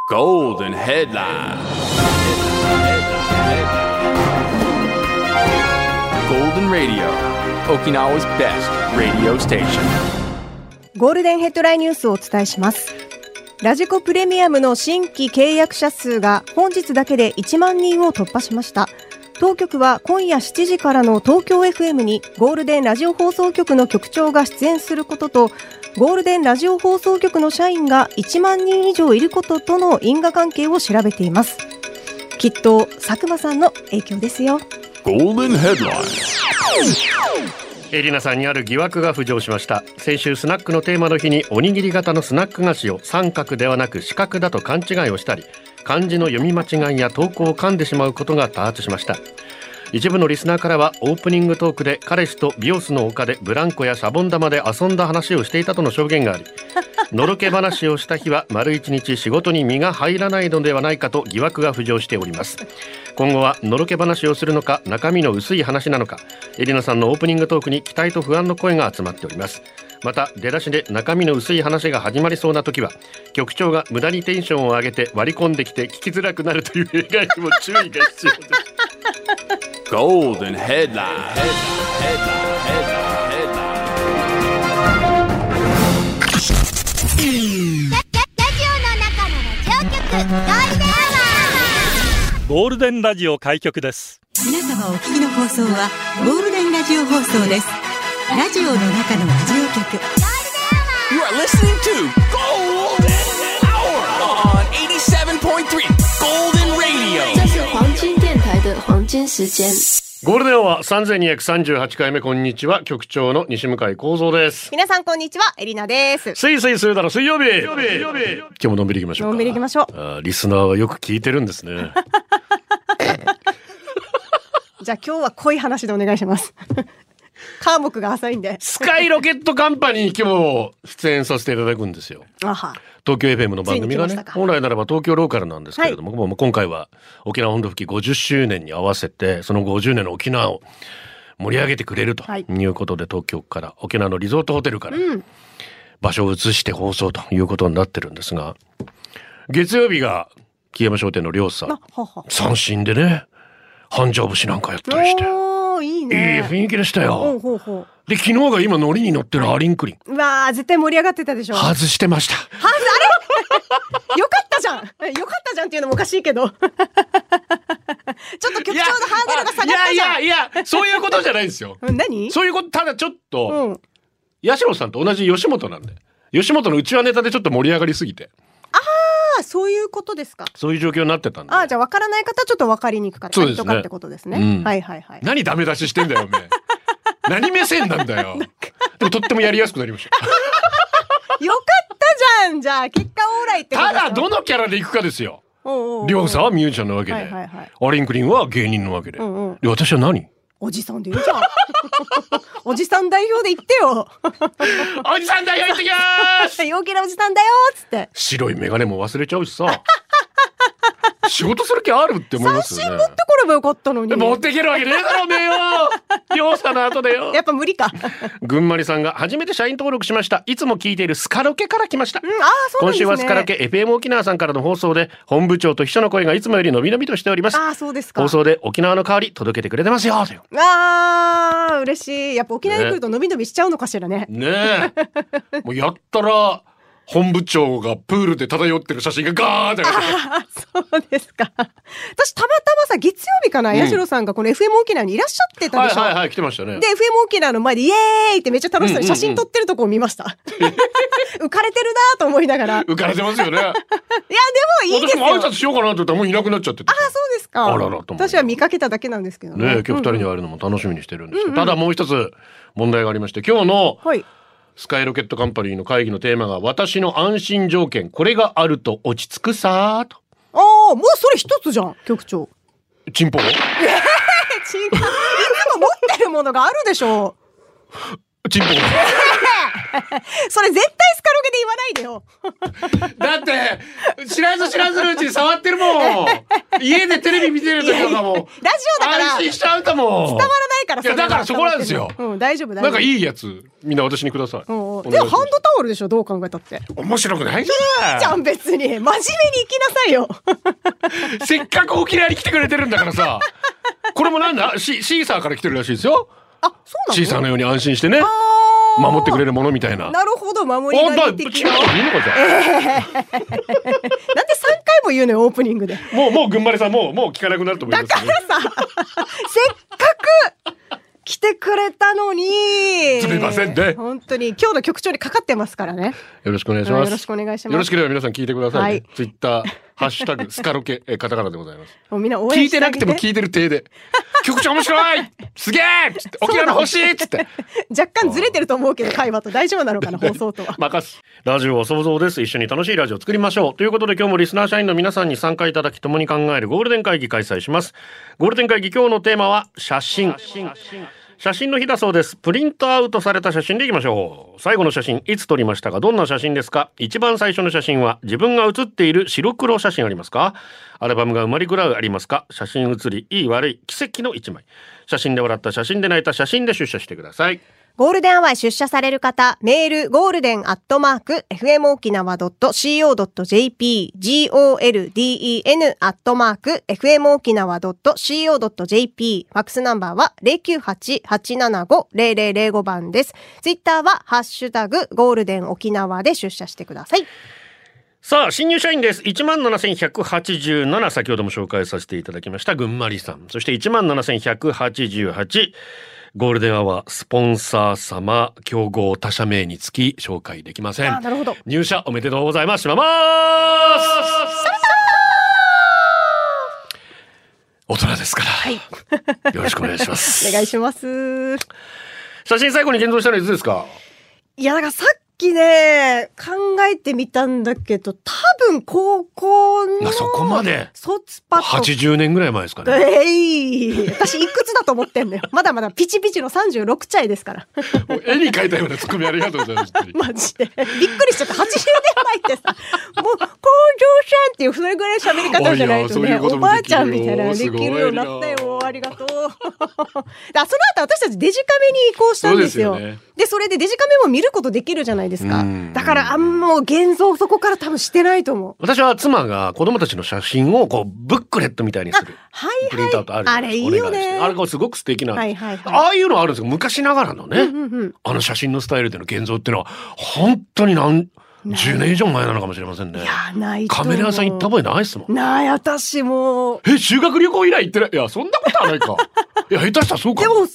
Golden Headline Golden Radio Okinawa's best radio station ゴールデンヘッドラインニュースをお伝えします。ラジコプレミアムの新規契約者数が本日だけで1万人を突破しました。当局は今夜7時からの東京 FM にゴールデンラジオ放送局の局長が出演することと、ゴールデンラジオ放送局の社員が1万人以上いることとの因果関係を調べています。きっと佐久間さんの影響ですよ。 Golden Headline エリナさんにある疑惑が浮上しました。先週スナックのテーマの日におにぎり型のスナック菓子を三角ではなく四角だと勘違いをしたり、漢字の読み間違いや投稿を噛んでしまうことが多発しました。一部のリスナーからはオープニングトークで彼氏とビオスの丘でブランコやシャボン玉で遊んだ話をしていたとの証言があり、のろけ話をした日は丸一日仕事に身が入らないのではないかと疑惑が浮上しております。今後はのろけ話をするのか中身の薄い話なのか、エリナさんのオープニングトークに期待と不安の声が集まっております。また出だしで中身の薄い話が始まりそうな時は局長が無駄にテンションを上げて割り込んできて聞きづらくなるという弊害にも注意が必要です。 Golden Headline ゴールデンラジオ開局です。 皆様お聞きの放送はゴールデンラジオ放送です。ラジオの中のラジオ局 You are listening to Golden Hour on 87.3 Golden Radio 这是黄金電台的黄金時間。 ゴールデンは3238回目。こんにちは、局長の西向井光三です。 皆さんこんにちは、エリナです。 すいすいするだろ水曜日。今日ものんびりいきましょうか。 のんびりいきましょう。 リスナーはよく聞いてるんですね。 じゃあ今日は濃い話でお願いします。科目が浅いんで。 スカイロケットカンパニーに今日出演させていただくんですよ。 あは。 東京 FM の番組がね、本来ならば東京ローカルなんですけれども、もう今回は沖縄本土復帰50周年に合わせてその50年の沖縄を盛り上げてくれるということで、東京から沖縄のリゾートホテルから場所を移して放送ということになってるんですが、月曜日が木山商店のりょうさん三振でね、半ジャ節なんかやったりして、 いいね、 いい雰囲気でしたよ。で昨日が今ノリに乗ってるアリンクリン、 うわー絶対盛り上がってたでしょ。 外してました。 あれよかったじゃんよかったじゃんっていうのもおかしいけどちょっと局長のハードルが下がったじゃん。 いやそういうことじゃないんですよ。 何そういうこと、ただちょっと、八代さんと同じ吉本なんで、吉本のうちわネタでちょっと盛り上がりすぎて、 そういうことですか。 そういう状況になってたんで。 じゃあ分からない方ちょっと分かりにくかったりとかってことですね。はいはいはい。 何ダメ出ししてんだよおめえ。何目線なんだよ。でもとってもやりやすくなりました。 よかったじゃん。じゃあ結果オーライってことただどのキャラでいくかですよ。りょうさんはミュージシャンなわけで、アリンクリンは芸人なわけで、で私は何？ おじさんでいいじゃん。おじさん代表で言ってよ。 おじさん代表言ってきまーす。 陽気なおじさんだよっつって。 白いメガネも忘れちゃうしさ。仕事する気あるって思いますよね。 写真持ってこればよかったのに。 持ってけるわけねえだろおめえよ。両者の後でよ。 やっぱ無理か。 ぐんまりさんが初めて社員登録しました。いつも聞いているスカロケから来ました。 そうなんですね。 今週はスカロケ FM 沖縄さんからの放送で本部長と秘書の声がいつもより伸び伸びとしております。 そうですか。 放送で沖縄の代わり届けてくれてますよ。 嬉しい。やっぱ沖縄に来ると伸び伸びしちゃうのかしらね。 ねえ。もうやったら本部長がプールで漂ってる写真がガーってそうですか。私たまたまさ月曜日かな、八代さんがこの FM 沖縄にいらっしゃってたでしょ。 はい来てましたね。 で FM 沖縄の前でイエーイってめっちゃ楽しそうに写真撮ってるとこを見ました。浮かれてるなと思いながら。 浮かれてますよね。いやでもいいですよ。 私も挨拶しようかなって言ったらもういなくなっちゃってて。 そうですか。私は見かけただけなんですけどね。 今日二人に会えるのも楽しみにしてるんですけど、ただもう一つ問題がありまして、今日のスカイロケットカンパニーの会議のテーマが私の安心条件、これがあると落ち着くさーと。 もうそれ一つじゃん局長。 チンポ。違う。いつも持ってるものがあるでしょ。 チンポ。 それ絶対スカロケで言わないでよ。 だって知らずのうちに触ってるもん。家でテレビ見てる時とかもラジオだから安心しちゃうかも。 伝わらないから。 いやだからそこなんですよ。 大丈夫。 なんかいいやつみんな私にください。 よ。でハンドタオルでしょ、どう考えたって。 面白くないじゃん。 いいじゃん別に真面目に行きなさいよ。 せっかく沖縄に来てくれてるんだからさ。これもなんだシーサーから来てるらしいですよ。 あ、そうなの？ シーサーのように安心してね守ってくれるものみたいな。 なるほど、守り神的な。なんで3回も言うのよオープニングで。 もう群馬さんもう聞かなくなると思います、 だからさせっかく来てくれたのにすみませんね。 本当に今日の局長にかかってますからね。 よろしくお願いします。 よろしくお願いします。 よろしければ皆さん聞いてくださいね。はい、ツイッターハッシュタグスカロケカタカナでございます。 もうみんな応援してあげて。 聞いてなくても聞いてる体で局長面白いすげえ沖縄の欲しいっつって若干ずれてると思うけど会話と大丈夫なのかな放送とは。 任す。ラジオは想像です。一緒に楽しいラジオを作りましょうということで、今日もリスナー社員の皆さんに参加いただき共に考えるゴールデン会議開催します。ゴールデン会議今日のテーマは写真の日だそうです。プリントアウトされた写真でいきましょう。最後の写真いつ撮りましたか？どんな写真ですか？一番最初の写真は自分が写っている白黒写真ありますか？アルバムが埋まりぐらいありますか？写真写りいい悪い奇跡の一枚。写真で笑った、写真で泣いた、写真で出社してください。 ゴールデンアワー出社される方、メールゴールデン@fmokinawa.co.jp golden@fmokinawa.co.jp ファックスナンバーは 098-875-0005 番です。ツイッターはハッシュタグゴールデン沖縄で出社してください。 さあ新入社員です。 17,187 先ほども紹介させていただきましたぐんまりさん、そして 17,188ゴールデンアワースポンサー様競合他社名につき紹介できません。 なるほど。 入社おめでとうございます。しまます大人ですから、はい、よろしくお願いしますお願いします。 写真最後に現像したのいつですか？ いやだからさっきね考えてみたんだけど、多分高校のそこまで卒パッと 80年ぐらい前ですかね。 私いくつだと思ってんのよ。まだまだピチピチの36歳ですから絵に描いたようなツッコミありがとうございますマジでびっくりしちゃった。80年前ってさもう工場さんっていうそれぐらい喋り方じゃないとね、おばあちゃんみたいなできるようになったよ。ありがとうその後私たちデジカメに移行したんですよ。でそれでデジカメも見ることできるじゃないですか。だからもう現像そこから多分してないと思う。 私は妻が子供たちの写真をこうブックレットみたいにするプリントアウトある。 あれいいよね。 あれがすごく素敵な、ああいうのあるんですけど、昔ながらのね、あの写真のスタイルでの現像っていうのは本当に10年以上前なのかもしれませんね。いやないと思う。カメラ屋さん行った覚えないっすもん。 ない。私も修学旅行以来行ってない。いやそんなことはないかいや下手したらそうかも。でも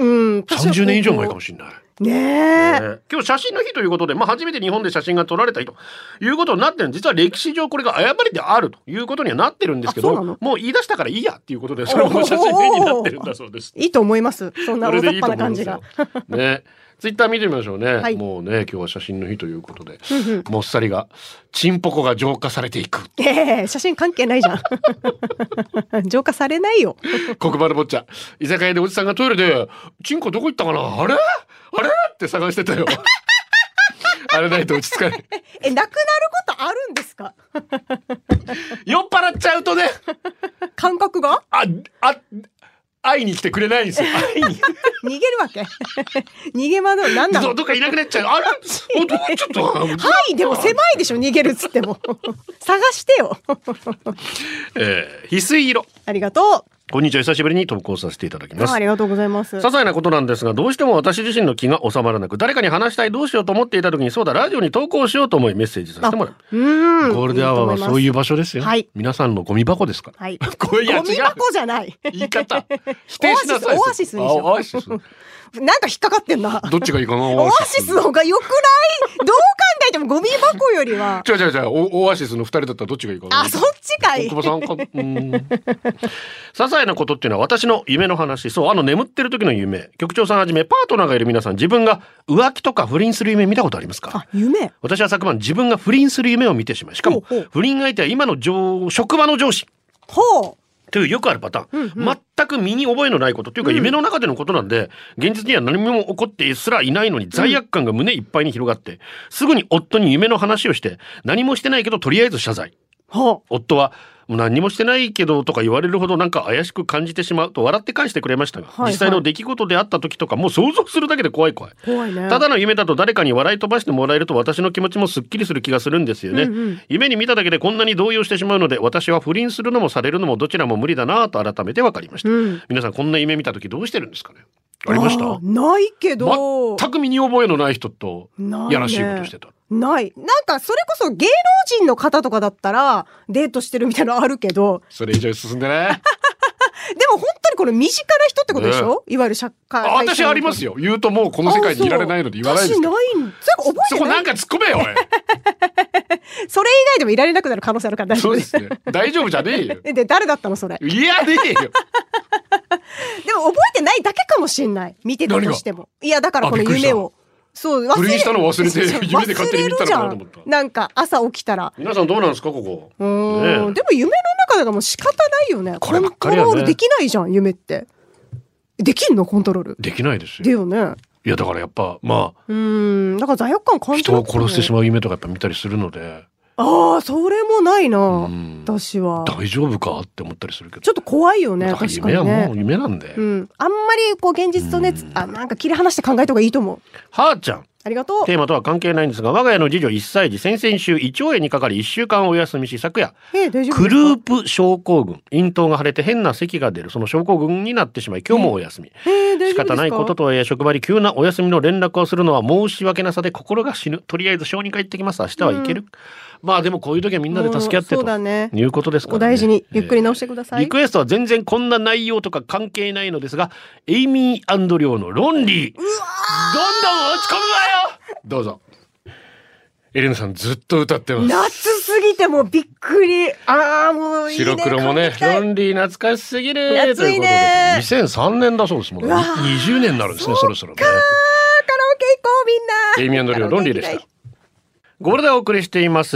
30年以上前かもしれないねえ。今日写真の日ということで、初めて日本で写真が撮られた日ということになってる。実は歴史上これが誤りであるということにはなってるんですけど、もう言い出したからいいやっていうことでそれも写真の日になってるんだそうです。 いいと思います。そんな大雑把な感じがね。ツイッター見てみましょうね、はい、もうね今日は写真の日ということでもっさりがチンポコが浄化されていく。 写真関係ないじゃん浄化されないよ黒板の坊ちゃん、居酒屋でおじさんがトイレでチンコどこ行ったかな、あれって探してたよあれないと落ち着かない。 なくなることあるんですか酔っ払っちゃうとね感覚が会いに来てくれないんですよ。 逃げるわけ逃げ惑う。なんなの。 どっかいなくなっちゃう。あれちょっとはいでも狭いでしょ逃げるっつっても探してよ翡翠色、 ありがとう。 こんにちは、久しぶりに投稿させていただきます。 ありがとうございます。 些細なことなんですが、どうしても私自身の気が収まらなく、誰かに話したい、どうしようと思っていた時に、そうだラジオに投稿しようと思いメッセージさせてもらう。ゴールデンアワーはそういう場所ですよ。はい、皆さんのゴミ箱ですから。はい、 ゴミ箱じゃない。 言い方否定しなさい。 オアシスにしよう。オアシスなんか引っかかってんな。 どっちがいいかな。 オアシスの方が良くないどう考えてもゴミ箱よりは。 違うオアシスの2人だったらどっちがいいかな。 そっちかい。 大久保さんか些細なことっていうのは私の夢の話。そう眠ってる時の夢。局長さんはじめパートナーがいる皆さん、自分が浮気とか不倫する夢見たことありますか？ 夢。 私は昨晩自分が不倫する夢を見てしまい、しかも不倫相手は今の職場の上司。 ほう。 というよくあるパターン、全く身に覚えのないことというか、夢の中でのことなんで現実には何も起こってすらいないのに罪悪感が胸いっぱいに広がって、すぐに夫に夢の話をして、何もしてないけどとりあえず謝罪。 夫はもう何にもしてないけどとか言われるほどなんか怪しく感じてしまうと笑って返してくれましたが、実際の出来事であった時とかもう想像するだけで怖いね。 ただの夢だと誰かに笑い飛ばしてもらえると私の気持ちもすっきりする気がするんですよね、夢に見ただけでこんなに動揺してしまうので、私は不倫するのもされるのもどちらも無理だなと改めて分かりました、皆さんこんな夢見た時どうしてるんですかね。ありました？ ないけど、 全く身に覚えのない人とやらしいことしてた。 ない。なんかそれこそ芸能人の方とかだったらデートしてるみたいなのあるけど、 それ以上進んでねでも本当にこれ身近な人ってことでしょ、いわゆる社会。 私ありますよ。言うともうこの世界にいられないので言わないですか。 私ない。それ覚えてない。 そこなんか突っ込めよおいそれ以外でもいられなくなる可能性あるから大丈夫です。 そうですね。大丈夫じゃねえよで誰だったのそれ。 いやねえよでも覚えてないだけかもしんない。見てたとしても。いやだからこの夢を。そう不倫したの忘れて夢で勝手に見たのかなと思った。 なんか朝起きたら。 皆さんどうなんですかここ。 でも夢の中だからもう仕方ないよね。 こればっかりはね。 コントロールできないじゃん夢って。できんのコントロール。 できないですよ。 だよね。 いやだからやっぱまあだから罪悪感感じる。 人を殺してしまう夢とかやっぱ見たりするので。 ああそれもないな。私は大丈夫かって思ったりするけど。 ちょっと怖いよね。確かにね。 夢はもう夢なんで。 あんまりこう現実とねなんか切り離して考えた方がいいと思う。 はーちゃん。 ありがとう。 テーマとは関係ないんですが、我が家の次女1歳児、先々週胃腸炎にかかり1週間お休みし、昨夜クループ症候群、咽頭が腫れて変な咳が出る、その症候群になってしまい今日もお休み。仕方ないこととはいえ職場に急なお休みの連絡をするのは申し訳なさで心が死ぬ。とりあえず小児科行ってきます。明日は行ける。まあでもこういう時はみんなで助け合ってということですからね。 お大事にゆっくり直してください。 リクエストは全然こんな内容とか関係ないのですが、エイミー&リョウのロンリー。どんどん落ち込むわよ。どうぞ。エレナさんずっと歌ってます。 夏すぎてもびっくり。もういいね。 白黒もね、ロンリー懐かしすぎるということで、2003年だそうですもんね。20年になるんですね、そろそろね。カラオケ行こうみんな。 エイミー&リョウロンリーでした。ゴールでお送りしています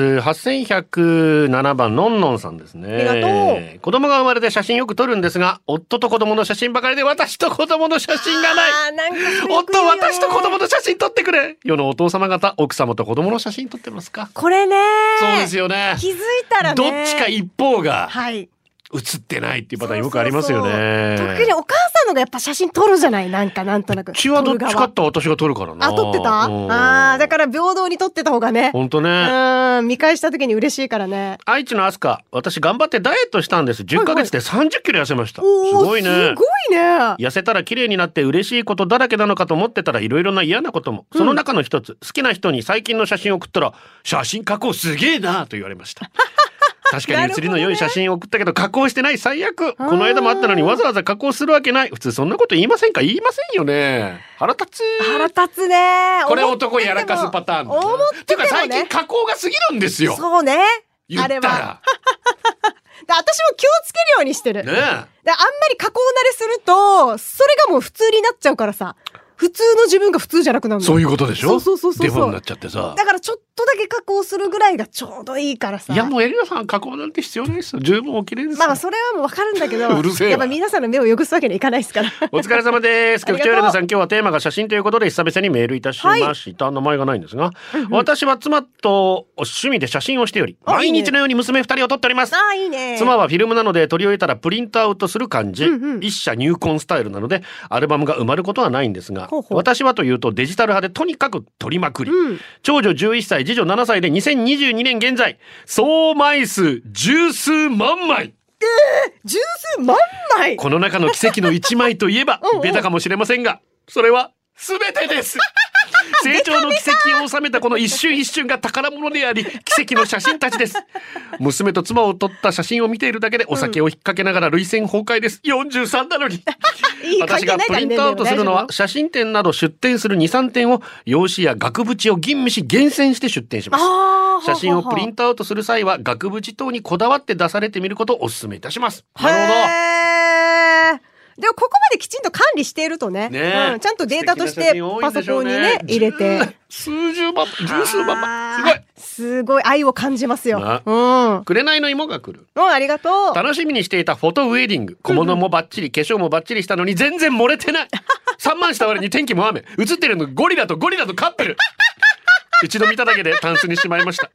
8107番のんのんさんですね。 ありがとう。 子供が生まれて写真よく撮るんですが、夫と子供の写真ばかりで私と子供の写真がない。夫、私と子供の写真撮ってくれ。世のお父様方、奥様と子供の写真撮ってますか？ これね。 そうですよね。 気づいたらね。 どっちか一方が。 はい。 写ってないっていうパターンよくありますよね。 特にお母さんのがやっぱ写真撮るじゃない。なんとなく。 うちはどっちかって私が撮るからな。 撮ってた？だから平等に撮ってた方がね。 本当ね。 見返した時に嬉しいからね。 愛知のアスカ、私頑張ってダイエットしたんです。10ヶ月で30キロ痩せました。すごいね。 すごいね。 痩せたら綺麗になって嬉しいことだらけなのかと思ってたらいろいろな嫌なことも。その中の一つ、好きな人に最近の写真を送ったら、写真加工すげえなと言われました。確かに写りの良い写真を送ったけど加工してない。最悪。この間もあったのにわざわざ加工するわけない。普通そんなこと言いませんか？言いませんよね。腹立つ。 腹立つね。 これ男やらかすパターン。っていうか最近加工が過ぎるんですよ。 そうね。 言ったら。 私も気をつけるようにしてる。 ねえ。 あんまり加工慣れするとそれがもう普通になっちゃうからさ。普通の自分が普通じゃなくなるの。 そういうことでしょ。 そう。 デフォになっちゃってさ。 だからちょっとだけ加工するぐらいがちょうどいいからさ。 いやもうエリナさん加工なんて必要ないですよ。十分お綺麗ですよ。 まあそれはもうわかるんだけど。 うるせえわ。 やっぱ皆さんの目を汚すわけにはいかないですから。 お疲れ様です。局長エレナさん、今日はテーマが写真ということで久々にメールいたしました。名前がないんですが、私は妻と趣味で写真をしており、毎日のように娘2人を撮っております。 いいね。 妻はフィルムなので撮り終えたらプリントアウトする感じ、一社入魂スタイルなのでアルバムが埋まることはないんですが、私はというとデジタル派でとにかく撮りまくり、長女11歳次女7歳で2022年現在総枚数十数万枚。 十数万枚。 この中の奇跡の1枚といえばベタかもしれませんが、それは全てです成長の奇跡を収めたこの一瞬一瞬が宝物であり奇跡の写真たちです。娘と妻を撮った写真を見ているだけでお酒を引っ掛けながら涙腺崩壊です。43なのに私がプリントアウトするのは写真展など出展する 2,3 点を用紙や額縁を吟味し厳選して出展します。写真をプリントアウトする際は額縁等にこだわって出されてみることをお勧めいたします。なるほど。 でもここまできちんと管理しているとね、ちゃんとデータとしてパソコンにね入れて数十万十数万枚すごい愛を感じますよ。 紅の芋が来る。 ありがとう。 楽しみにしていたフォトウェディング、小物もバッチリ化粧もバッチリしたのに全然漏れてない3万した割に天気も雨、映ってるのゴリラとカップル一度見ただけでタンスにしまいました。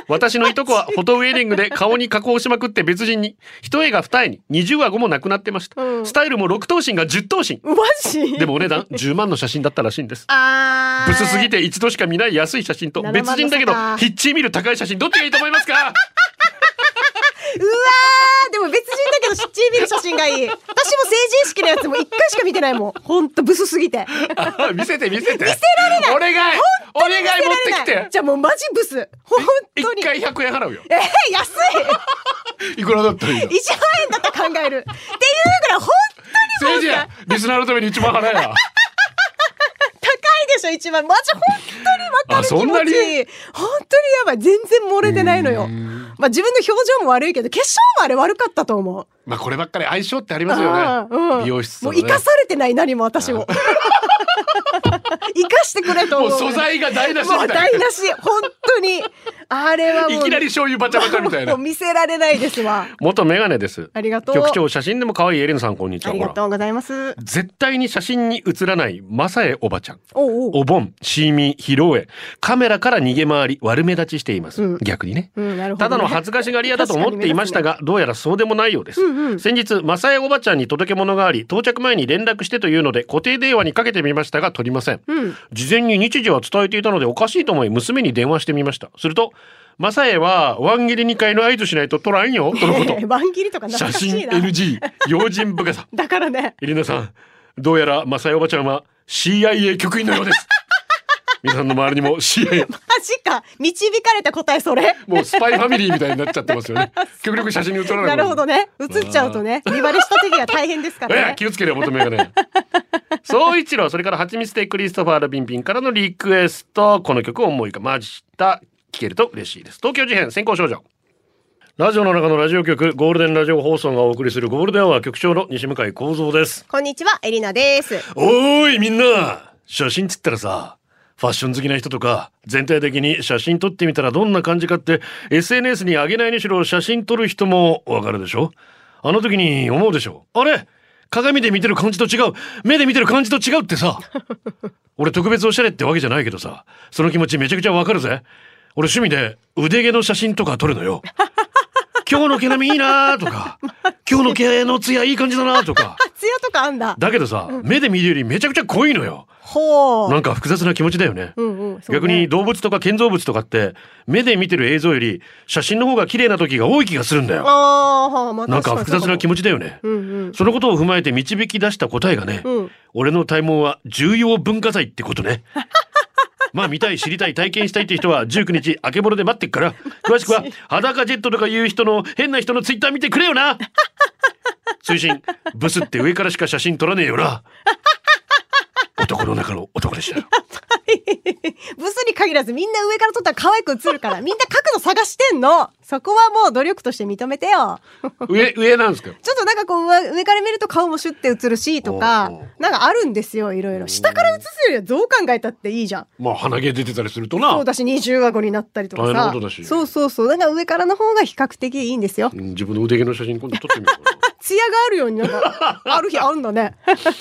私のいとこはフォトウェディングで顔に加工しまくって別人に、一重が二重に、20話後もなくなってました、スタイルも6頭身が10頭身。 マジでもお値段10万の写真だったらしいんです。ブスすぎて一度しか見ない安い写真と、別人だけどヒッチー見る高い写真、どっちがいいと思いますか？ うわー、でも別人だけどシッチー見る写真がいい。私も成人式のやつも1回しか見てないもん。ほんとブスすぎて。 見せて見せて。 見せられない。 お願いお願い持ってきて。 じゃあもうマジブス。ほんとに。 1回100円払うよ。 安い。 いくらだったらいいの？ 1万円だったら考える。っていうぐらい本当にもうせいじや、リスナーのために1万払えや。 高いでしょ1万。マジ本当に分かる気持ち。 あ、そんなに？ 本当にやばい。全然漏れてないのよ。まあ自分の表情も悪いけど化粧もあれ悪かったと思う。 まあこればっかり相性ってありますよね。美容室とかね。 もう生かされてない何も私も。生かしてくれと思う。 もう素材が台無しみたいな。 もう台無し。本当に。あれはもう。 いきなり醤油バチャバチャみたいな。 もう見せられないですわ。 元メガネです。 ありがとう。 局長、写真でも可愛いエレナさん、こんにちは。 ありがとうございます。 絶対に写真に写らないマサエおばちゃん。 お盆、シーミー、披露宴、カメラから逃げ回り悪目立ちしています。逆にね。 なるほどね。 ただの恥ずかしがり屋だと思っていましたが、どうやらそうでもないようです。先日マサエおばちゃんに届け物があり、到着前に連絡してというので固定電話にかけてみましたが取りません。事前に日時は伝えていたのでおかしいと思い娘に電話してみました。すると、マサエはワン切り2回の合図しないと取らんよとのこと。 ワン切りとか懐かしいな。 写真 NG 用心深さ。 だからね。 エリナさん、どうやらマサエおばちゃんは CIA 局員のようです。皆さんの周りにも CIA。 マジか。導かれた答えそれ。 もうスパイファミリーみたいになっちゃってますよね。極力写真に写らない。 なるほどね。写っちゃうとね、見バレした時は大変ですからね。 気をつけるよ、元メガネ。総一郎、それからはちみつでクリストファールピンピンからのリクエスト、この曲を思い浮かました聞けると嬉しいです。東京事変先行少女。ラジオの中のラジオ局、ゴールデンラジオ放送がお送りするゴールデンアワー、局長の西向井光三です。 こんにちは、エリナです。 おーいみんな、写真つったらさ、ファッション好きな人とか全体的に写真撮ってみたらどんな感じかって SNS に上げないにしろ写真撮る人もわかるでしょ。あの時に思うでしょ。あれ、鏡で見てる感じと違う、目で見てる感じと違うってさ。俺特別おしゃれってわけじゃないけどさ、その気持ちめちゃくちゃわかるぜ。俺趣味で腕毛の写真とか撮るのよ。今日の毛並みいいなとか、今日の毛のツヤいい感じだなとか。 ツヤとかあんだ。 だけどさ、目で見るよりめちゃくちゃ濃いのよ。 ほう。 なんか複雑な気持ちだよね。逆に動物とか建造物とかって目で見てる映像より写真の方が綺麗な時が多い気がするんだよ。なんか複雑な気持ちだよね。そのことを踏まえて導き出した答えがね、俺の体毛は重要文化財ってことね。まあ見たい知りたい体験したいって人は19日あけぼろで待ってっから、詳しくは裸ジェットとかいう人の変な人のツイッター見てくれよな。推進、ブスって上からしか写真撮らねえよな。男の中の男でした。 ブスに限らずみんな上から撮ったら可愛く映るからみんな角度探してんの。そこはもう努力として認めてよ。 上なんですか。 ちょっとなんかこう上から見ると顔もシュッて映るしとかなんかあるんですよ。いろいろ下から映すよりはどう考えたっていいじゃん。 まあ鼻毛出てたりするとな。 そうだし20話後になったりとかさ。そうだから上からの方が比較的いいんですよ。 自分の腕毛の写真今度撮ってみようかな。 艶があるようになんかある日あるんだね。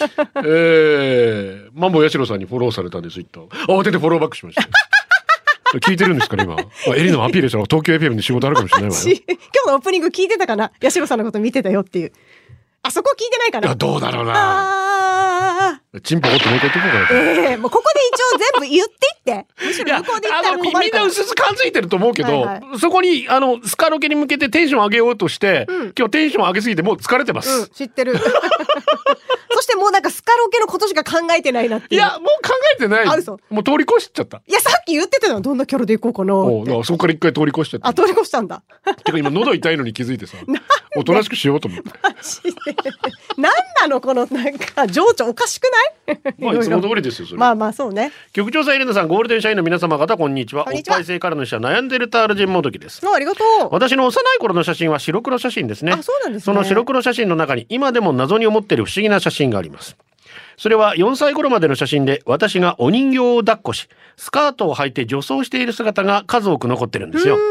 マンボウヤシロさんにフォローされたんでツイッター慌ててフォローバックしました。聞いてるんですかね今。エリナもアピールしたら東京 FM で仕事あるかもしれないわよ。 今日のオープニング聞いてたかな。ヤシロさんのこと見てたよっていう。あそこ聞いてないかな。 どうだろうな。チンポゴってもう一回言ってこうかな。 もうここで一応全部言っていって。むしろ向こうで言ったら困るから。 みんなうすうす感づいてると思うけど、そこにスカロケに向けてテンション上げようとして、今日テンション上げすぎてもう疲れてます。 知ってる。そしてもうなんかスカロケのことしか考えてないなっていう。 いやもう考えてない。もう通り越しちゃった。 いやさっき言ってたのどんなキャラで行こうかなって。 そこから一回通り越しちゃった。 あ、通り越したんだ。 てか今喉痛いのに気づいてさ、おとなしくしようと思って。 マジで。なんなのこのなんか情緒おかしくない？ まあいつも通りですよそれ。 まあまあそうね。 局長さんエレナさん、ゴールデン社員の皆様方こんにちは。おっぱい性からの人は悩んでるタールジンもどきです。 ありがとう。 私の幼い頃の写真は白黒写真ですね。 あ、そうなんですね。 その白黒写真の中に今でも謎に思っている不思議な写真があります。それは4歳頃までの写真で、私がお人形を抱っこしスカートを履いて女装している姿が数多く残ってるんですよ。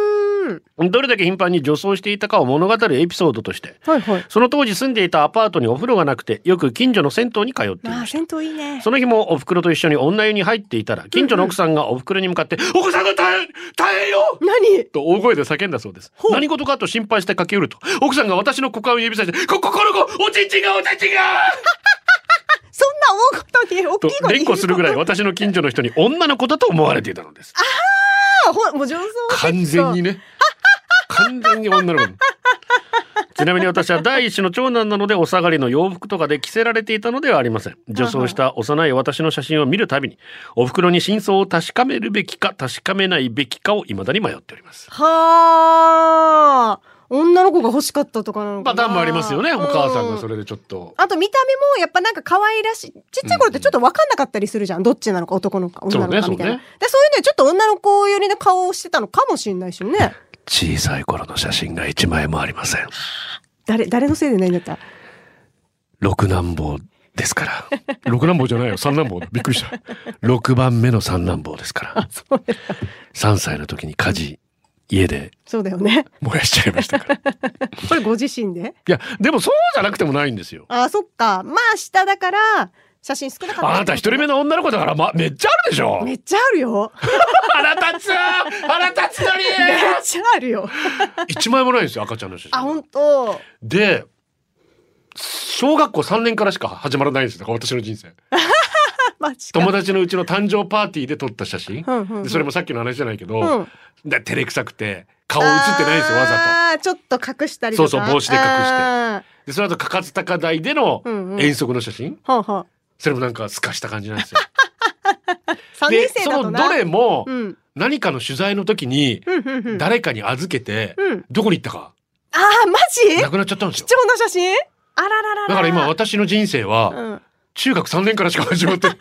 どれだけ頻繁に女装していたかを物語るエピソードとして、 はいはい。 その当時住んでいたアパートにお風呂がなくて、よく近所の銭湯に通っていました。 銭湯いいね。 その日もお袋と一緒に女湯に入っていたら、近所の奥さんがお袋に向かって、お子さんが大変よ何と大声で叫んだそうです。何事かと心配して駆け寄ると、奥さんが私の股間を指さして、この子おちんちんがそんな大ことに大きい声で連呼するぐらい私の近所の人に女の子だと思われていたのです。 もう上手。 完全にね。完全に女の子。ちなみに私は第一子の長男なので、お下がりの洋服とかで着せられていたのではありません。女装した幼い私の写真を見るたびに、お袋に真相を確かめるべきか確かめないべきかを未だに迷っております。 はあ。女の子が欲しかったとかなのかな。 パターンもありますよね。お母さんがそれでちょっと。 あと見た目もやっぱなんか可愛らしい。ちっちゃい頃ってちょっと分かんなかったりするじゃん。どっちなのか男の子か女の子かみたいな。でそういうのでちょっと女の子寄りの顔をしてたのかもしれないしね。 小さい頃の写真が1枚もありません。 誰のせいでないんだった？ 六男坊ですから。六男坊じゃないよ、三男坊だ。びっくりした。6番目の三男坊ですから。 そうですか。 3歳の時に家事家でそうだよね。 燃やしちゃいましたから。 これご自身で？ いやでもそうじゃなくてもないんですよ。 そっか。まあ下だから写真少なかった。 あなた一人目の女の子だから、めっちゃあるでしょ。 めっちゃあるよ。 腹立つのに。 めっちゃあるよ。 1枚もないんですよ、赤ちゃんの写真。 本当。で小学校3年からしか始まらないんですよ、私の人生。友達のうちの誕生パーティーで撮った写真、でそれもさっきの話じゃないけど、照れくさくて顔映ってないんですよ、わざと。 ちょっと隠したりとか。 そう帽子で隠して。でその後かかつ高台での遠足の写真、それもなんか透かした感じなんですよ。でそのどれも何かの取材の時に誰かに預けて、どこに行ったかマジ？ なくなっちゃったんですよ。 貴重な写真？あららら。 だから今私の人生は中学3年からしか始まってウ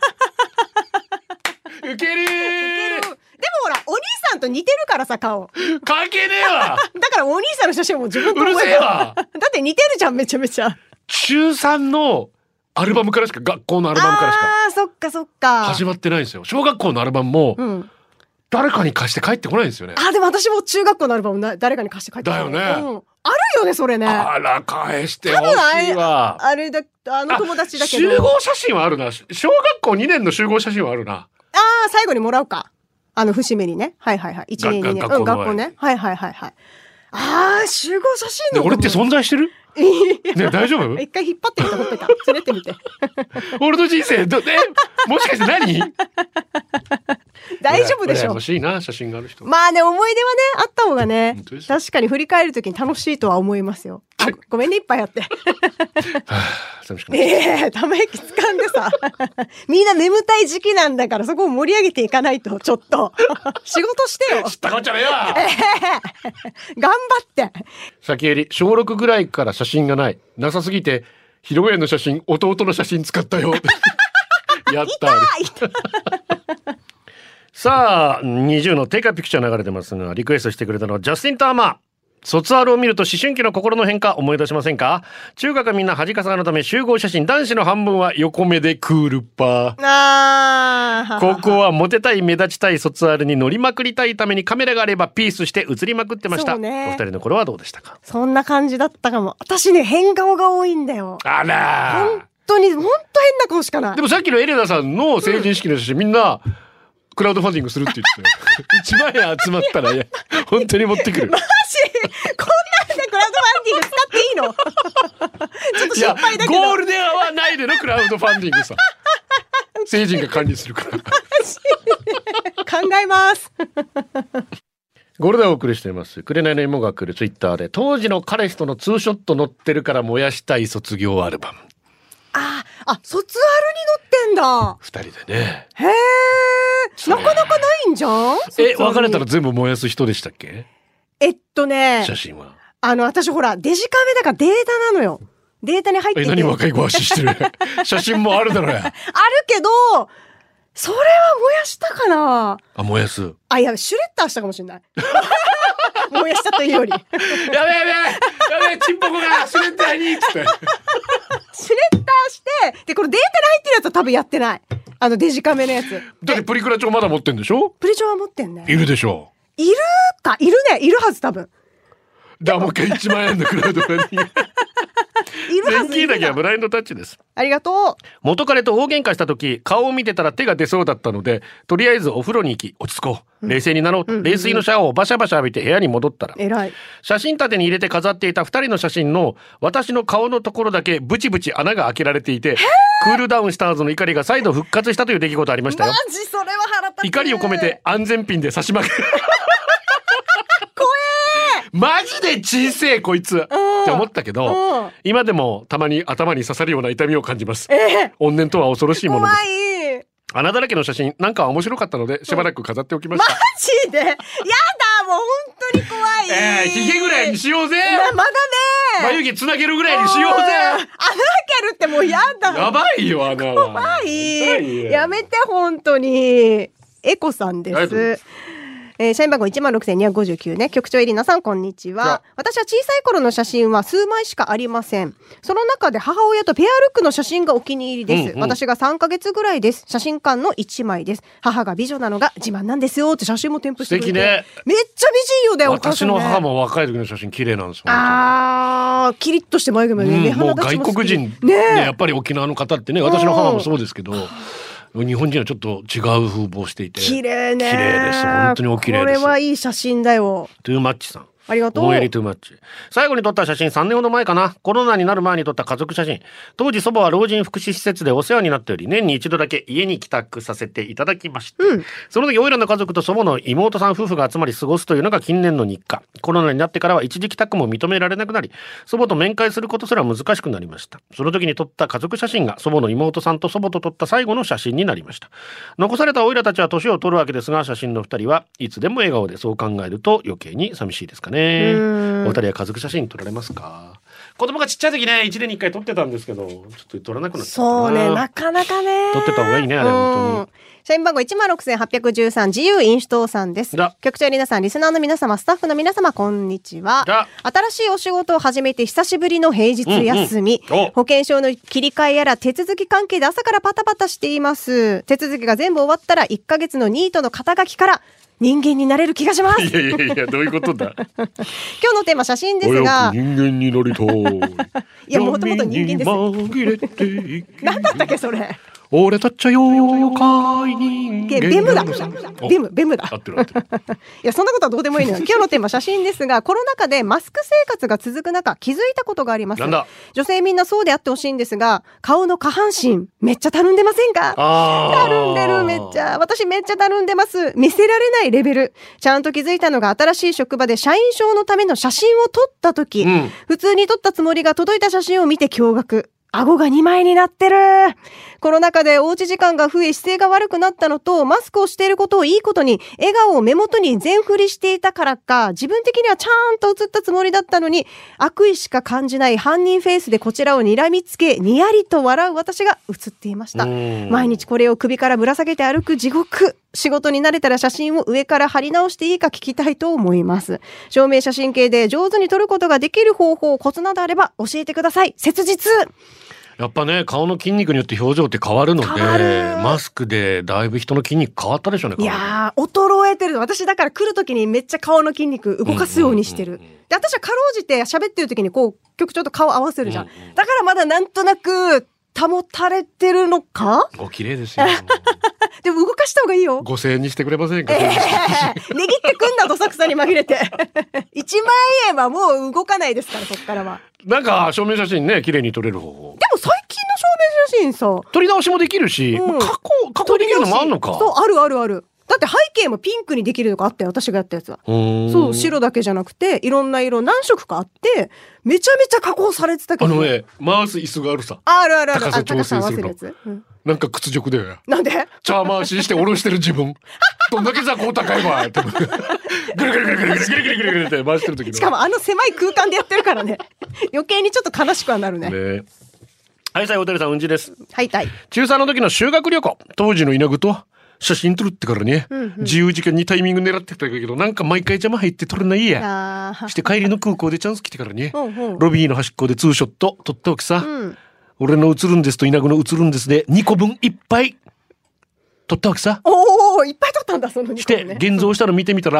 ケるー。 でもほらお兄さんと似てるからさ、顔関係ねえわ。 だからお兄さんの写真も自分とうるせえわ。 だって似てるじゃん、めちゃめちゃ。 中3のアルバムからしか、学校のアルバムからしかそっかそっか始まってないんですよ。小学校のアルバムも誰かに貸して帰ってこないんですよね。 でも私も中学校のアルバム誰かに貸して帰ってこない。 だよね。 あるよねそれね。 あら返してほしいわ。 あれだ、友達だけど。 集合写真はあるな。小学校2年の集合写真はあるな。 最後にもらうか。節目にね。はいはいはい。1年2年。学校ね。はいはいはいはい。集合写真の。 俺って存在してる？ね、大丈夫？ 一回引っ張ってみて、ほっぺた。つねってみて。 俺の人生、もしかして何？ 大丈夫でしょ。 羨ましいな、写真がある人。 まあね、思い出はね、あった方がね、確かに振り返るときに楽しいとは思いますよ。ごめんね、いっぱいあって。 寂しくない。 ため息つかんでさ。みんな眠たい時期なんだから、そこを盛り上げていかないと、ちょっと。仕事してよ。 知ったこっちゃねえわ。 頑張って。 先より、小6ぐらいから写真がない。なさすぎて、披露宴の写真、弟の写真使ったよ。やった。さあ、20のテイカーピクチャー流れてますが、リクエストしてくれたのはジャスティン・ターマー。卒アルを見ると思春期の心の変化思い出しませんか？中学はみんな恥かさのため集合写真、男子の半分は横目でクールパー。高校はモテたい目立ちたい卒アルに乗りまくりたいためにカメラがあればピースして写りまくってました。お二人の頃はどうでしたか？ そんな感じだったかも。私ね、変顔が多いんだよ。 あら本当変な顔しかない。 でもさっきのエレナさんの成人式の写真、みんなクラウドファンディングするって言って1万円集まったら本当に持ってくる。 マジ？こんなんでクラウドファンディング使っていいの？ちょっと心配だけど。 ゴールデンアワー内でのクラウドファンディングさ。成人が管理するから。 考えます。 ゴールデンをお送りしています。紅の芋が来るツイッターで、当時の彼氏とのツーショット載ってるから燃やしたい卒業アルバム。 卒アルに載ってんだ。 2人でね。 へー。なかなかないんじゃん？ 別れたら全部燃やす人でしたっけ？ 写真は。 私ほら、デジカメだからデータなのよ。データに入ってて。 何若い子足してる。写真もあるだろや。あるけど、それは燃やしたかな？ 燃やす。 いや、シュレッダーしたかもしれない。燃やしたというより。やべ、 チンポコがシュレッダーにっつって。 シュレッダーして、で、これデータに入ってるやつは多分やってない。デジカメのやつ。 だってプリクラ帳まだ持ってんでしょ？ プリ帳は持ってんね。 いるでしょ？ いるか、いるね、いるはず多分。 だもう一回1万円のクラウドファンディング。 いるはず。 電気だけはブラインドタッチです。 ありがとう。 元彼と大喧嘩した時、顔を見てたら手が出そうだったので、とりあえずお風呂に行き落ち着こう、冷静になろうと、冷水のシャワーをバシャバシャ浴びて部屋に戻ったら、 偉い。 写真立てに入れて飾っていた2人の写真の私の顔のところだけブチブチ穴が開けられていて、クールダウンしたはずの怒りが再度復活したという出来事ありましたよ。 マジそれは腹立つ。 怒りを込めて安全ピンで刺しまくる。マジで小せえこいつって思ったけど、今でもたまに頭に刺さるような痛みを感じます。怨念とは恐ろしいものです。 怖い。 穴だらけの写真なんか面白かったのでしばらく飾っておきました。 マジでやだ、もう本当に怖い。 ヒゲぐらいにしようぜ。 まだね、 眉毛つなげるぐらいにしようぜ。 穴開けるってもうやだ。 やばいよ穴は。 怖い。やめて本当に。エコさんです。社員番号16,259ね。局長エリナさんこんにちは。私は小さい頃の写真は数枚しかありません。その中で母親とペアルックの写真がお気に入りです。私が3ヶ月ぐらいです。写真館の1枚です。母が美女なのが自慢なんですよって写真も添付してくれて。 素敵ね。 めっちゃ美人よね。 私の母も若い時の写真綺麗なんですよ。 キリッとして眉毛もね、 もう外国人ね、やっぱり沖縄の方ってね、私の母もそうですけど、日本人はちょっと違う風貌していて綺麗ね。 綺麗です。本当にお綺麗です。 これはいい写真だよ。 トゥーマッチさん、 ありがとう。 思いやりトゥーマッチ。最後に撮った写真3年ほど前かな。コロナになる前に撮った家族写真。当時祖母は老人福祉施設でお世話になっており、年に一度だけ家に帰宅させていただきました、その時オイラの家族と祖母の妹さん夫婦が集まり過ごすというのが近年の日課。コロナになってからは一時帰宅も認められなくなり、祖母と面会することすら難しくなりました。その時に撮った家族写真が祖母の妹さんと祖母と撮った最後の写真になりました。残されたオイラたちは年を取るわけですが、写真の2人はいつでも笑顔で、そう考えると余計に寂しいですかね。お二人は家族写真撮られますか？子供がちっちゃい時ね、1年に1回撮ってたんですけど、ちょっと撮らなくなっちゃったな。 そうね、なかなかね。 撮ってた方がいいね、あれ本当に。 社員番号16,813自由飲酒党さんです。局長皆さん、リスナーの皆様、スタッフの皆様、こんにちは。新しいお仕事を始めて久しぶりの平日休み、保険証の切り替えやら手続き関係で朝からパタパタしています。手続きが全部終わったら1ヶ月のニートの肩書きから人間になれる気がします。 いやどういうことだ。 今日のテーマ写真ですが、 人間になりたい。 いや、もともと人間です。何だったっけそれ。 俺たちは妖怪人間。 ベムだ。ベムだ。 合ってる。 いや、そんなことはどうでもいいのよ。今日のテーマ写真ですが、コロナ禍でマスク生活が続く中、気づいたことがあります。 なんだ。 女性みんなそうであってほしいんですが、顔の下半身めっちゃたるんでませんか？たるんでる、めっちゃ。私めっちゃたるんでます。見せられないレベル。ちゃんと気づいたのが、新しい職場で社員証のための写真を撮った時、普通に撮ったつもりが届いた写真を見て驚愕。顎が2枚になってる。コロナ禍でおうち時間が増え姿勢が悪くなったのと、マスクをしていることをいいことに、笑顔を目元に全振りしていたからか、自分的にはちゃんと映ったつもりだったのに、悪意しか感じない犯人フェイスでこちらを睨みつけ、にやりと笑う私が映っていました。毎日これを首からぶら下げて歩く地獄。仕事に慣れたら写真を上から貼り直していいか聞きたいと思います。証明写真系で上手に撮ることができる方法、コツなどあれば教えてください。切実。 やっぱね、顔の筋肉によって表情って変わるので、マスクでだいぶ人の筋肉変わったでしょうね。 いやー、衰えてる。私だから来る時にめっちゃ顔の筋肉動かすようにしてる。で、私はかろうじて喋ってる時にこう局長と顔合わせるじゃん。だからまだなんとなく保たれてるのか？ お綺麗ですよ。 でも動かした方がいいよ。 5000円にしてくれませんか？ 値切ってくんだ、どさくさに紛れて。1万円はもう動かないですから、そっからは。 なんか証明写真ね、綺麗に撮れる方法。 でも最近の証明写真さ、 撮り直しもできるし、加工できるのもあるのか。 そう、ある。だって背景もピンクにできるのがあって、私がやったやつは。そう、白だけじゃなくて、いろんな色何色かあって、めちゃめちゃ加工されてたけど。 回す椅子があるさ。 ある。 高さ調整するの。なんか屈辱だよ。 なんで？ チャー回しして下ろしてる自分。どんだけ座高高いわって。ぐるぐるって回してる時の。 しかも狭い空間でやってるからね。余計にちょっと悲しくはなるね。 はい、さい、おてるさん、うんじです。 はい。 中3の時の修学旅行。当時の稲具と写真撮るってからね、自由時間にタイミング狙ってたけど、なんか毎回邪魔入って撮れないや。して帰りの空港でチャンス来てからね、ロビーの端っこでツーショット撮ったわけさ。俺の映るんですと稲具の映るんですで2個分いっぱい撮ったわけさ。 おー、いっぱい撮ったんだ、その2個分ね。 して現像したの見てみたら、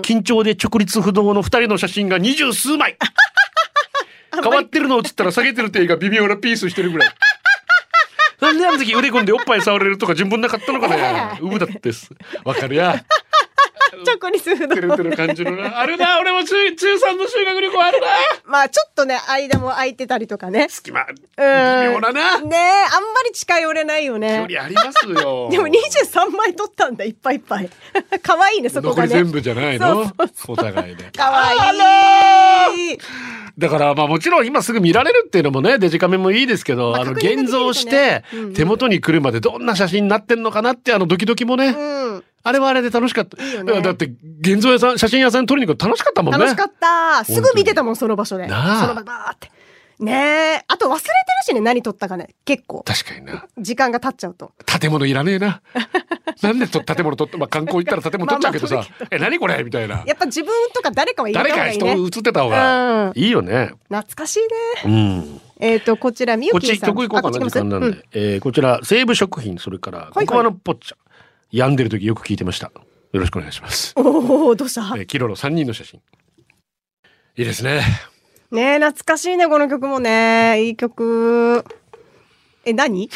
緊張で直立不動の2人の写真が20数枚変わってるのを写ったら下げてる手が微妙なピースしてるぐらいなんであの時腕組んでおっぱい触れるとか順分なかったのかねうぶだってすわかるや直立不動てるてる感じのなあるな俺も中3の修学旅行あるなまあちょっとね間も空いてたりとかね隙間微妙だなねえあんまり近寄れないよね距離ありますよでも23枚取ったんだいっぱいいっぱい可愛いねそこがね残り全部じゃないのそうお互いで可愛いだからまあもちろん今すぐ見られるっていうのもねデジカメもいいですけど、 まあ確認ができるとね現像して手元に来るまでどんな写真になってんのかなってドキドキもね、あれはあれで楽しかったいいよねだって現像屋さん写真屋さんに撮りに行くの楽しかったもんね楽しかったすぐ見てたもんその場所でなあその場バーってねえあと忘れてるしね何撮ったかね結構確かにな時間が経っちゃうと建物いらねえななんで建物撮って、まあ、観光行ったら建物撮っちゃうけどさ、 まあまあ何これみたいなやっぱ自分とか誰かはいる誰か人映ってた方がいいよね、 懐かしいね、こちらみゆこっちきんさん曲行こうかな時間なんで、こちら西武食品それからココアのポッチャ、病んでる時よく聞いてましたよろしくお願いしますおおどうした、 キロロ3人の写真いいですねねえ懐かしいねこの曲もねいい曲何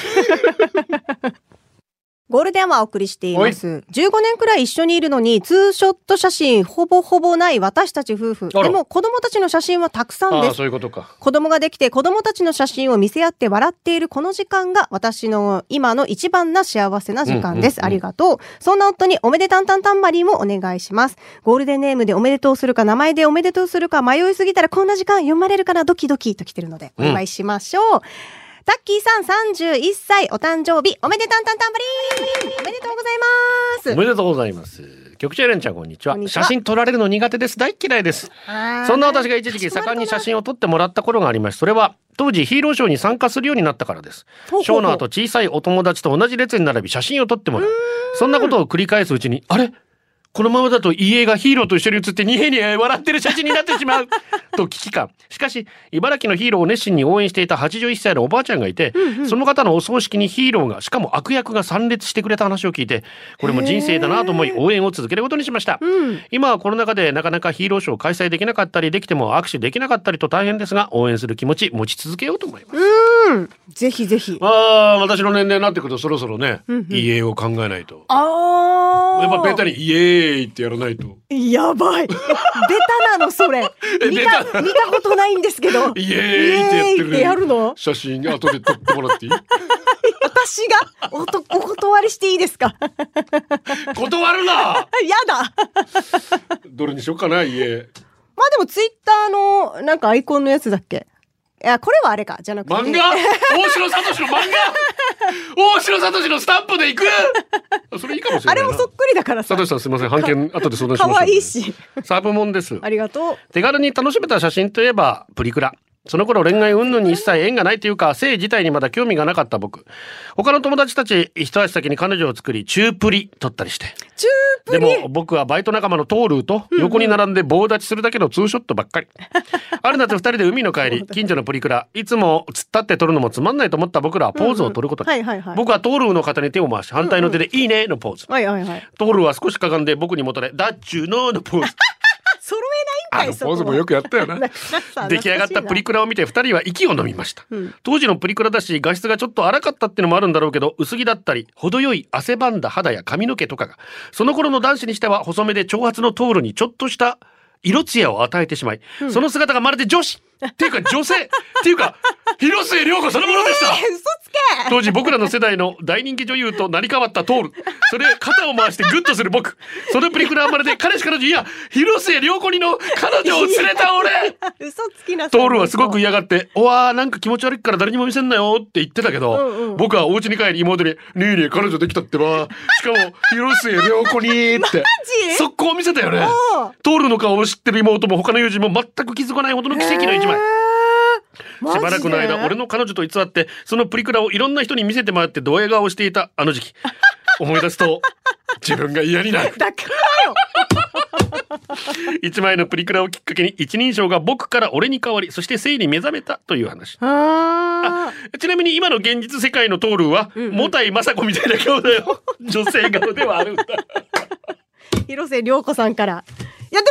ゴールデンはお送りしています。15年くらい一緒にいるのにツーショット写真ほぼほぼない私たち夫婦。でも子供たちの写真はたくさんです。 そういうことか。 子供ができて子供たちの写真を見せ合って笑っているこの時間が私の今の一番な幸せな時間です。ありがとう。そんな夫におめでたんたんたんまりもお願いします。ゴールデンネームでおめでとうするか名前でおめでとうするか迷いすぎたらこんな時間読まれるかなドキドキと来てるのでお祝いしましょう。タッキーさん31歳お誕生日おめでたんたんたんばりーおめでとうございます。 おめでとうございます。局長エレンちゃんこんにちは。写真撮られるの苦手です。大嫌いです。そんな私が一時期盛んに写真を撮ってもらった頃があります。それは当時ヒーローショーに参加するようになったからです。ショーの後小さいお友達と同じ列に並び写真を撮ってもらう。そんなことを繰り返すうちにあれこのままだと家がヒーローと一緒に写ってニヤニヤ笑ってる写真になってしまうと危機感。しかし茨城のヒーローを熱心に応援していた81歳のおばあちゃんがいて、その方のお葬式にヒーローがしかも悪役が参列してくれた話を聞いてこれも人生だなと思い応援を続けることにしました。今はコロナ禍でなかなかヒーローショーを開催できなかったりできても握手できなかったりと大変ですが応援する気持ち持ち続けようと思います。 ぜひぜひ。 私の年齢になってくるとそろそろね、家を考えないと。やっぱベタにイエーイってやらないと。 やばい。ベタなのそれ。見たことないんですけど。 イエーイってやってる。 やるの？ 写真後で撮ってもらっていい？ 私がお断りしていいですか？ 断るな。 やだ。 どれにしようかな家。 まあでもツイッターのなんかアイコンのやつだっけ？いやこれはあれかじゃなくて、 漫画大城聡の漫画大城聡のスタンプでいくそれいいかもしれないな。 あれもそっくりだからさ。 聡さんすみません版権後で相談しましょう。 可愛いしサーブモンです。 ありがとう。 手軽に楽しめた写真といえばプリクラ。その頃恋愛云々に一切縁がないというか性自体にまだ興味がなかった僕。他の友達たち一足先に彼女を作りチュープリ撮ったりして。 チュープリ。 でも僕はバイト仲間のトールーと横に並んで棒立ちするだけのツーショットばっかり。ある夏2人で海の帰り近所のプリクラいつも突っ立って撮るのもつまんないと思った僕らはポーズを撮ることに。僕はトールーの肩に手を回し反対の手でいいねのポーズ。トールーは少しかがんで僕にもたれダッチューののポーズ。 揃えないんかい。 ポーズもよくやったよな。出来上がったプリクラを見て2人は息を飲みました、当時のプリクラだし画質がちょっと荒かったってのもあるんだろうけど薄着だったり程よい汗ばんだ肌や髪の毛とかがその頃の男子にしては細めで長髪のトールにちょっとした色艶を与えてしまい、その姿がまるで女子っていうか女性っていうか広末涼子そのものでした。 嘘つけ。 当時僕らの世代の大人気女優と成り代わったトール、それ肩を回してグッとする僕、そのプリクラはまるで彼氏彼女いや広末涼子にの彼女を連れた俺。 嘘つきなさい。 トールはすごく嫌がっておわなんか気持ち悪いから誰にも見せんなよって言ってたけど、僕はお家に帰り妹にねえねえ彼女できたってばしかも広末涼子にって速攻見せたよね。トールの顔を知ってる妹も他の友人も全く気づかないほどの奇跡の一枚。しばらくの間俺の彼女と偽ってそのプリクラをいろんな人に見せてもらってドヤ顔をしていたあの時期思い出すと自分が嫌になる。 だからよ。 一枚のプリクラをきっかけに一人称が僕から俺に変わりそして性に目覚めたという話。ちなみに今の現実世界のトールはもたいまさこみたいな顔だよ。女性顔ではあるんだ。 広末涼子さんから。いやで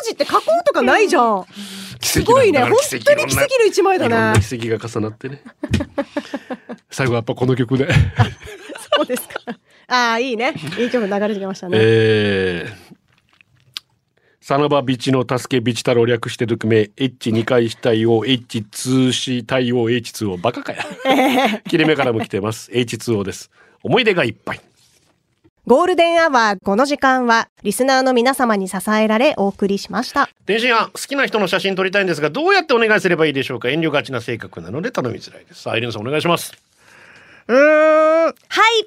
字って書こうとかないじゃん。すごいね、本当に奇跡の一枚だね。 いろんな奇跡が重なってね最後はやっぱこの曲でそうですか。ああ、いいね、いい曲流れてきましたね。 サナバビチの助けビチ太郎略して匿名 H2 回死対応 H2C 対応 H2O バカかや切れ目からも来てます。 H2O です。思い出がいっぱい。 ゴールデンアワー、この時間はリスナーの皆様に支えられお送りしました。 天津飯、好きな人の写真撮りたいんですがどうやってお願いすればいいでしょうか。遠慮がちな性格なので頼みづらいです。アイリーンさんお願いします。 はい、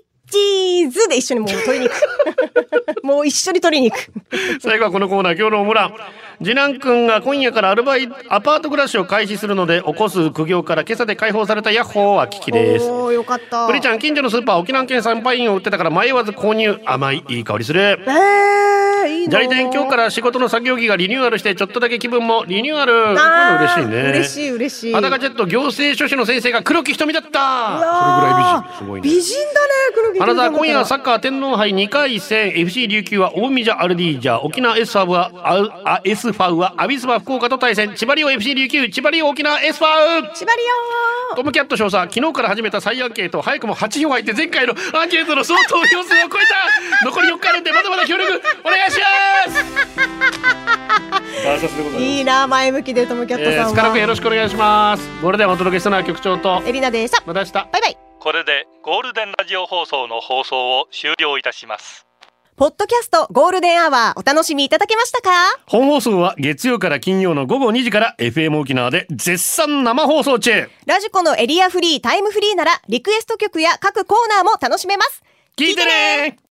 チーズで一緒にもう取りに行くもう一緒に取りに行く最後はこのコーナー、今日のオムラン。次男くんが今夜からアパート暮らしを開始するので起こす苦行から今朝で解放されたヤッホーはキキです。 おー、よかった。 プリちゃん、近所のスーパー沖縄県産パインを売ってたから迷わず購入。甘い、いい香りする。 いいの。 ジャリ店、今日から仕事の作業着がリニューアルしてちょっとだけ気分もリニューアル。これ嬉しいね。 嬉しい嬉しい。 裸ジェット行政書士の先生が黒木瞳だった。それぐらい美人。すごいね。 美人だね、黒木瞳。 花田、今夜はサッカー天皇杯2回戦 FC 琉球は大宮アルディージャ、沖縄 S ファウはアビスパ福岡と対戦。千葉リオ FC 琉球、千葉リオ沖縄 S ファウ。 千葉リオトムキャット少佐、昨日から始めた再アンケート、早くも8票入って前回のアンケートの総投票数を超えた。残り4日あるんでまだまだ協力お願いしますいいな、前向きでトムキャットさんは。 スカラクよろしくお願いします。ゴールデンお届けしたのは局長とエリナでした。 また明日。 バイバイ。 これでゴールデンラジオ放送の放送を終了いたします。 ポッドキャストゴールデンアワー、お楽しみいただけましたか？ 本放送は月曜から金曜の午後2時から FM 沖縄で絶賛生放送中。 ラジコのエリアフリー、タイムフリーならリクエスト曲や各コーナーも楽しめます。 聞いてね。